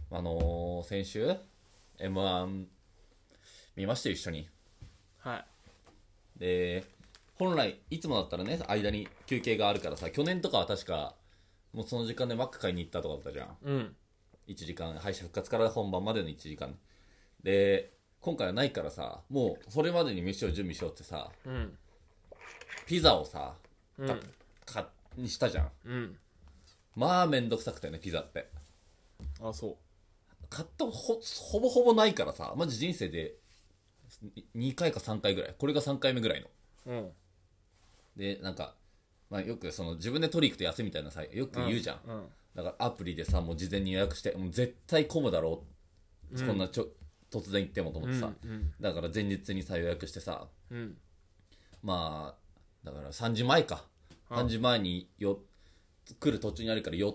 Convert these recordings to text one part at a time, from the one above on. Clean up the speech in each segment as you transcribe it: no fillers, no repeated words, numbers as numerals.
先週 M1 見ましたよ、一緒に。 はい。 で、本来いつもだったらね、間に休憩があるからさ、去年とかは確かもうその時間でマック買いに行ったとかだったじゃん。 うん。 1時間、敗者復活から本番までの1時間で、今回はないからさ、もうそれまでに飯を準備しようってさ、 うん。 ピザをさ、 うん。 にしたじゃん。 うん。 まあめんどくさくてね、ピザって。 あ、そ買ったほぼほぼないからさ、マジ人生で2回か3回ぐらい。これが3回目ぐらいの。 う。うん。 で、なんか、まあ、よくその自分で取り行くと安いみたいなさ、よく言うじゃん。 うん。 だからアプリでさ、もう事前に予約して、もう絶対混むだろう。こんな突然行ってもと思ってさ。 うん。 だから前日にさ、予約してさ、 うん。 まあ、だから3時前か。3時前に来る途中にあるから寄って、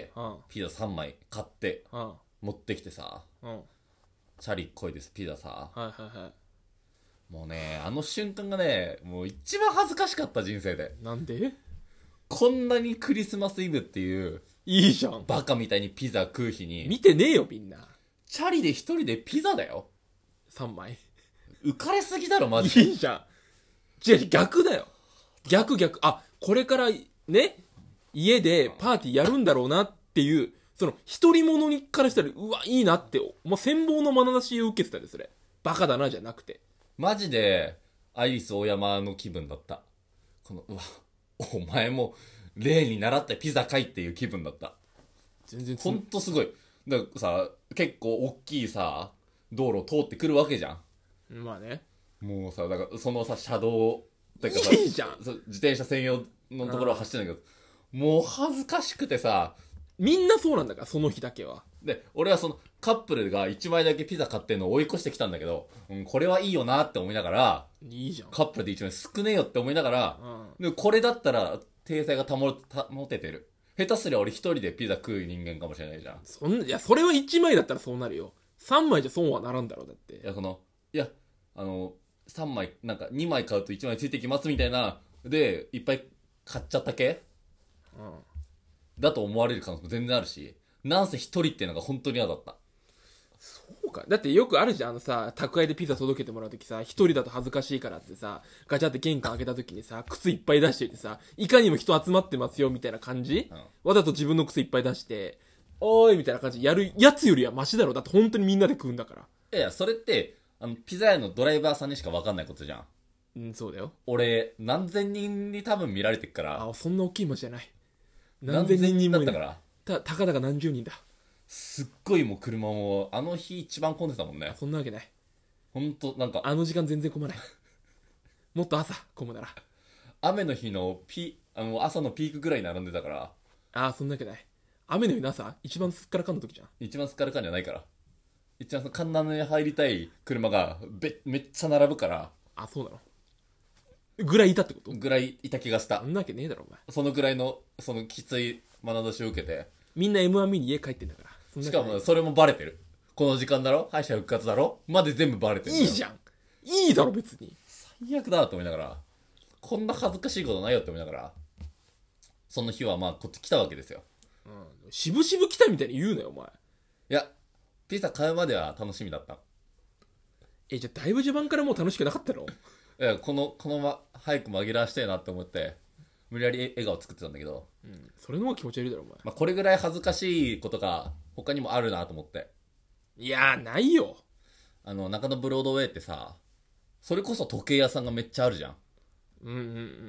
うん。 ピザ3枚買って、 うん。 持ってきてさ、 うん。 チャリこいです、ピザさ。 はいはいはもうね、あの瞬間がね、もう一番恥ずかしかった人生で。 い。なんでこんなにクリスマスイブっていういいじゃん。 バカみたいにピザ食う日に、 見てねえよ、みんな。 チャリで一人でピザだよ。 3枚。 浮かれすぎだろ、マジで。 いいじゃん。違う、逆だよ。逆。あ、これからね、家でパーティーやるんだろうなっていう、その、一人者にからしたら、うわ、いいなって、もう羨望の眼差しを受けてたんです、それ。バカだな、じゃなくて。 マジで、アイリスオーヤマの気分だった。この、うわ、お前も、例に習ってピザかいっていう気分だった。 全然ほんとすごい。だからさ、結構大きいさ、道路通ってくるわけじゃん。 まあね。 もうさ、だからそのさ、車道、てかさ、 いいじゃん。 自転車専用のところを走ってんだけど、もう恥ずかしくてさ、 みんなそうなんだから、その日だけは。 で、俺はそのカップルが1枚だけピザ買ってんのを追い越してきたんだけど、これはいいよなって思いながら、 いいじゃん。 カップルで1枚少ねえよって思いながら、 うん。 でこれだったら体裁が保ててる。下手すりゃ俺一人でピザ食う人間かもしれないじゃん。 いや、それは1枚だったらそうなるよ。3枚じゃ損はならんだろ、だって。 いや、3枚、なんか2枚買うと1枚ついてきますみたいな、で、いっぱい買っちゃった系うん。 だと思われる可能性も全然あるし、なんせ一人っていうのが本当に嫌だった。 そうか。だってよくあるじゃん、宅配でピザ届けてもらうときさ、一人だと恥ずかしいからってさ、ガチャって玄関開けたときにさ、靴いっぱい出しててさ、いかにも人集まってますよ、みたいな感じ、わざと自分の靴いっぱい出して、おーい、みたいな感じでやるやつよりはマシだろ。だって本当にみんなで食うんだから。 いや、それって、ピザ屋のドライバーさんにしか分かんないことじゃん。 うん、そうだよ。 俺、何千人に多分見られてっから、 あ、そんな大きい町じゃない。 何千人だったいない。 から、 たかだか何十人だ。 すっごいもう車も、あの日一番混んでたもんね。 そんなわけない。 ほんと、なんか、 あの時間全然混まない。もっと朝混むなら。 雨の日の朝のピークぐらいに並んでたから、 あ、そんなわけない。雨の日の朝、一番すっからかんだ時じゃん。 一番すっからかんじゃないから。一番そのカンナムに入りたい車がめっちゃ並ぶから、 あ、そうなのぐらいいたってこと？ ぐらいいた気がした。 そんなわけねえだろ、お前。 そのぐらいの、そのきつい眼差しを受けて。 みんな M1 見に家帰ってんだから。そんなしわけないかもそれもバレてる。この時間だろ、敗者復活だろまで全部バレてる。 いいじゃん。いいだろ、別に。 最悪だなと思いながら、こんな恥ずかしいことないよって思いながら、その日はまあこっち来たわけですよ。 うん。渋々来たみたいに言うなよ、お前。 いや、ピザ買うまでは楽しみだった。 じゃあだいぶ序盤からもう楽しくなかったの？ いや、この早く紛らわしてえなって思って、無理やり笑顔作ってたんだけど、 うん。それの方が気持ち悪いだろ、お前。 まあこれぐらい恥ずかしいことが他にもあるなと思って。 いやー、ないよ。 中野ブロードウェイってさ、それこそ時計屋さんがめっちゃあるじゃん。 うんうんうん。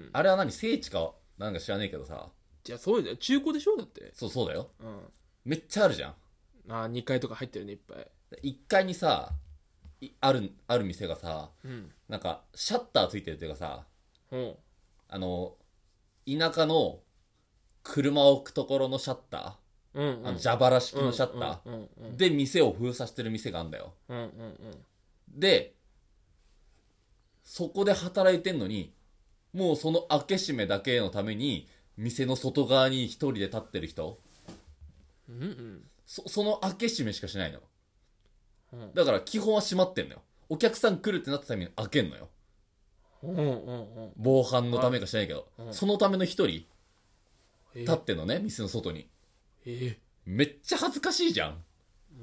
あれは聖地かなんか知らねえけどさ、 じゃあそうだよ。中古でしょだって。 そうだよ。 うめっちゃあるじゃん。 ん。あ、2階とか入ってるね、いっぱい。 1階にさ、ある店がさ、 うん。 なんかシャッターついてるっていうかさ、 ほう。 あの田舎の車を置くところのシャッタうんうん。 ー、蛇腹式のシャッタうんうんーで店を封鎖してる店があんだよ。 うんうんうん。 で、そこで働いてんのに、もうその開け閉めだけのために店の外側に一人で立ってる人、 うんうん。 その開け閉めしかしないの。 うんだから基本は閉まってんのよ。お客さん来るってなったために開けんのよ。 うんうんうん。 防犯のためかしないけど、そのための一人立えってんのね、店の外に。 えめっちゃ恥ずかしいじゃん。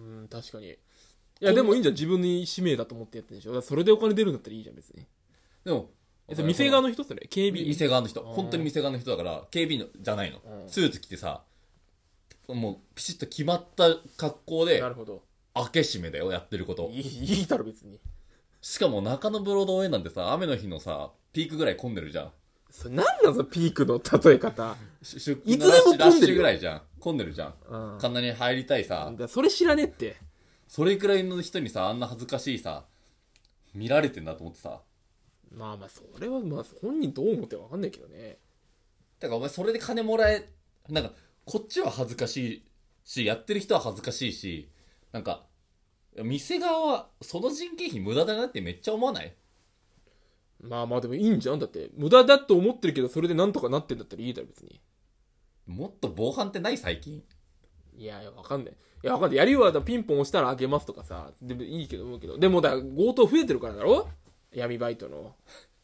うん確かに。いやでもいいんじゃん、自分に使命だと思ってやってるでしょ。だからそれでお金出るんだったらいいじゃん別に。 でもそれ店側の人それ警備員。 店側の人、本当に店側の人だから警備員じゃないの、スーツ着てさ、もうピシッと決まった格好でなるほど。 開け閉めだよやってること。 いいだろ別に。 しかも中野ブロードウェイなんてさ、雨の日のさピークぐらい混んでるじゃん。 それなんなんそのピークの例え方。 出いつでも混んでるよラッシュぐらいじゃん、混んでるじゃん、 うん神田に入りたいさ、 だそれ知らねえって。 それくらいの人にさあんな恥ずかしいさ見られてんだと思ってさ。 まあまあそれはまあ本人どう思ってわかんないけどね。 だからお前それで金もらえ、なんかこっちは恥ずかしいしやってる人は恥ずかしいし、なんか店側はその人件費無駄だなってめっちゃ思わない？ まあまあでもいいんじゃん。だって無駄だと思ってるけどそれでなんとかなってんだったらいいだろ別に。 もっと防犯ってない最近。 いやわかんない。いやわかんない。やりはピンポン押したら開けますとかさ、でもいいけど思うけど、でもだ強盗増えてるからだろ、闇バイトの。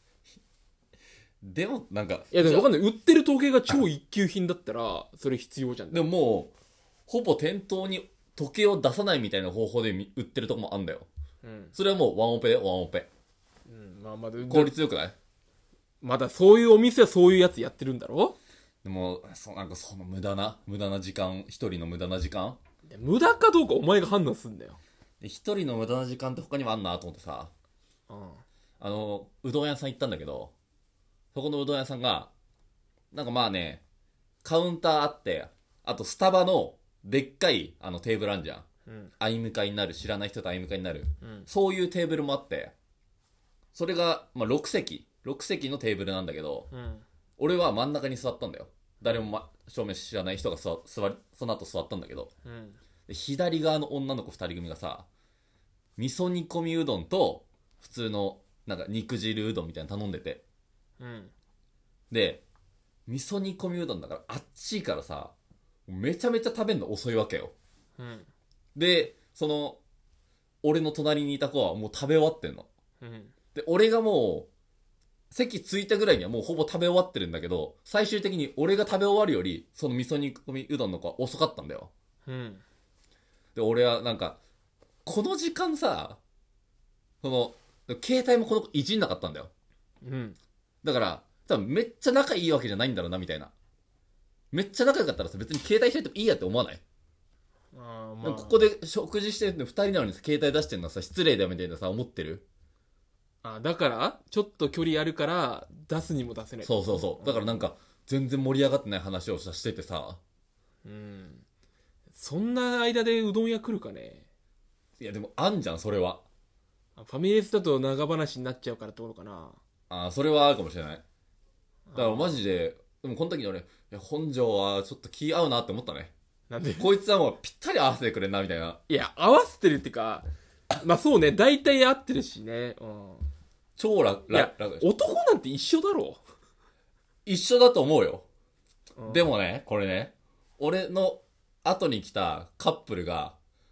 でもなんかいやでもわかんない。売ってる時計が超一級品だったらそれ必要じゃん。 でももうほぼ店頭に時計を出さないみたいな方法で売ってるとこもあんだよ。それはもうワンオペだよワンオペ。 まあまだ効率よくない？ まだそういうお店はそういうやつやってるんだろ。 でもなんかその無駄な時間、一人の無駄な時間無駄かどうかお前が判断すんだよ。 で、一人の無駄な時間って他にもあんなと思ってさ、うどん屋さん行ったんだけど、そこのうどん屋さんがなんかまあね、カウンターあって、あとスタバのでっかいテーブルあんじゃん、相向かいになる、知らない人と相向かいになる、そういうテーブルもあって、それが、まあ、6席のテーブルなんだけど、俺は真ん中に座ったんだよ。誰も、正面知らない人がその後座ったんだけど、で左側の女の子2人組がさ、味噌煮込みうどんと普通のなんか肉汁うどんみたいなの頼んでて、で味噌煮込みうどんだからあっちいからさ、めちゃめちゃ食べるの遅いわけよ。で俺の隣にいた子はもう食べ終わってんの。で俺がもう席着いたぐらいにはもうほぼ食べ終わってるんだけど、最終的に俺が食べ終わるよりその味噌煮込みうどんの子は遅かったんだよ。で俺はなんかこの時間さ、携帯もこの子いじんなかったんだよ。だから多分めっちゃ仲いいわけじゃないんだろうなみたいな。めっちゃ仲良かったらさ、別に携帯しててもいいやって思わない？ここで食事してる2人なのに携帯出してるのはさ失礼だよみたいなさ思ってる。 だからちょっと距離あるから出すにも出せない。 そうだからなんか全然盛り上がってない話をしててさ、 そんな間でうどん屋来るかね。 いやでもあんじゃんそれは。 ファミレスだと長話になっちゃうからってことかな。 それはあるかもしれない。だからマジでもこの時に俺、いや本庄はちょっと気合うなって思ったね。 なんでこいつはもうぴったり合わせてくれんなみたいな。 いや合わせてるってか、まあそうね、大体合ってるしね。 超楽でしょ。 男なんて一緒だろ。 一緒だと思うよ。でもね、これね、俺の後に来たカップルが、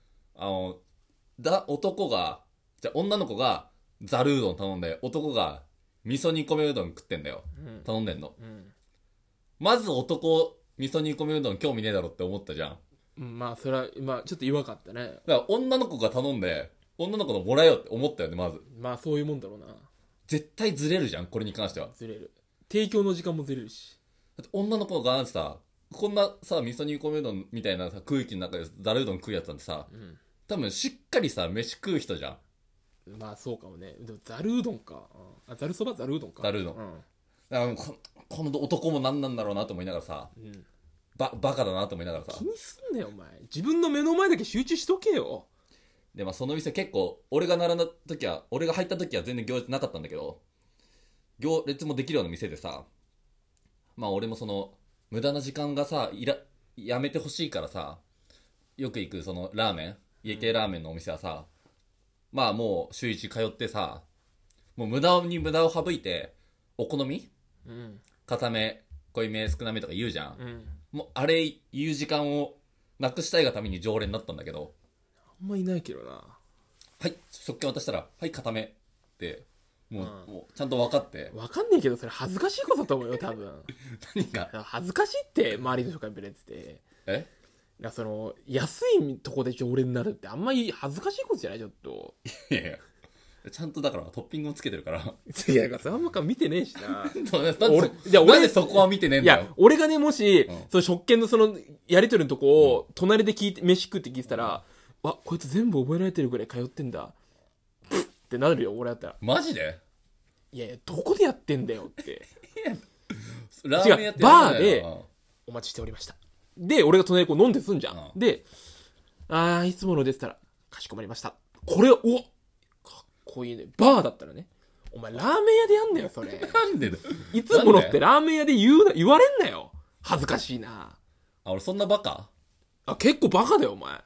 女の子がざるうどん頼んで、男が味噌煮込みうどん食ってんだよ。頼んでんの。まず男、味噌煮込みうどん興味ねえだろって思ったじゃん。 まあそれは、まあちょっと弱かったね。 だから女の子が頼んで、女の子のもらえよって思ったよね、まず。 まあそういうもんだろうな。 絶対ずれるじゃん、これに関しては。 ずれる。提供の時間もずれるし。 だって女の子がさ、こんなさ、味噌煮込みうどんみたいなさ空気の中でざるうどん食うやつなんてさ、多分しっかりさ、飯食う人じゃん。 まあそうかもね。でもざるうどんか。ざるそばざるうどんか。 ざるうどん。だからこの男も何なんだろうなと思いながらさ、バカだなと思いながらさ。 気にすんなよお前。自分の目の前だけ集中しとけよ。 でまあその店結構俺が入った時は全然行列なかったんだけど、行列もできるような店でさ、まあ俺も無駄な時間がさやめてほしいからさ、よく行くラーメン、家系ラーメンのお店はさ、まあもう週一通ってさ、もう無駄に無駄を省いてお好み、固め濃いめ少なめとか言うじゃん、もうあれ言う時間をなくしたいがために常連になったんだけど、 あんまいないけどな。 はい、食券渡したらはい固めってもうちゃんと分かって。 分かんねえけどそれ恥ずかしいことだと思うよ多分。 何が恥ずかしいって周りの人からベレってて。 やその安いとこで常連になるってあんまり恥ずかしいことじゃないちょっと。 いやいや。ちゃんとだからトッピングもつけてるから。 いや、なんかあんま見てねえしな。 俺、じゃあ俺でそこは見てねえんだよ。 いや、俺がね、もし、その食券のその、やりとりのとこを、隣で聞いて、飯食って聞いてたら、わ、こいつ全部覚えられてるぐらい通ってんだ。ってなるよ、俺だったら。 マジで？ いやいや、どこでやってんだよって。 ラーメン屋ってバーで、お待ちしておりました。で、俺が隣でこう飲んですんじゃん。で、いつものですったら、かしこまりました。これ、こういうね、バーだったらね、お前ラーメン屋でやんなよ、それ。 なんでだいつものってラーメン屋で言われんなよ。恥ずかしいな。 俺そんなバカ？ 結構バカだよ、お前。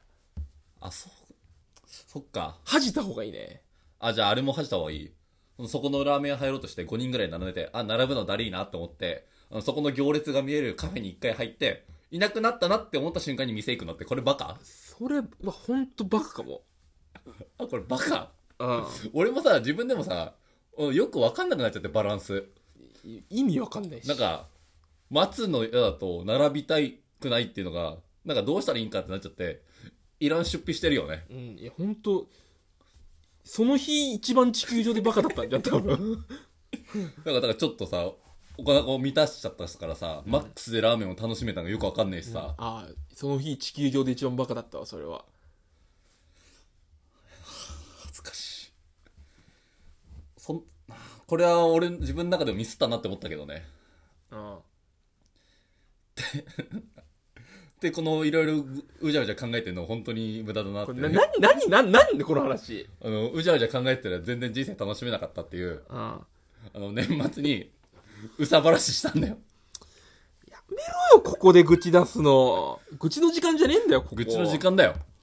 そっか。 恥じた方がいいね。 じゃああれも恥じた方がいい。そこのラーメン屋入ろうとして5人ぐらい並んでて、並ぶのだりーなって思って、そこの行列が見えるカフェに1回入って、いなくなったなって思った瞬間に店行くのってこれバカ？ それはほんとバカかも。 これバカ？俺もさ、自分でもさ、よく分かんなくなっちゃって、バランス。 意味分かんないし。 なんか、待つの嫌だと並びたくないっていうのが、なんかどうしたらいいんかってなっちゃって、いらん出費してるよね。 いや、ほんと、その日一番地球上でバカだったんじゃん、多分。 だからちょっとさ、お腹を満たしちゃったからさ、マックスでラーメンを楽しめたのがよく分かんないしさ。 その日地球上で一番バカだったわ、それは。 恥ずかしい。これは俺自分の中でもミスったなって思ったけどね。でこのいろいろうじゃうじゃ考えてるの本当に無駄だなって、ね。 なんでこの話？ うじゃうじゃ考えてたら全然人生楽しめなかったっていう。年末にうさばらししたんだよ。 やめろよ、ここで愚痴出すの。愚痴の時間じゃねえんだよ、ここ。 愚痴の時間だよ。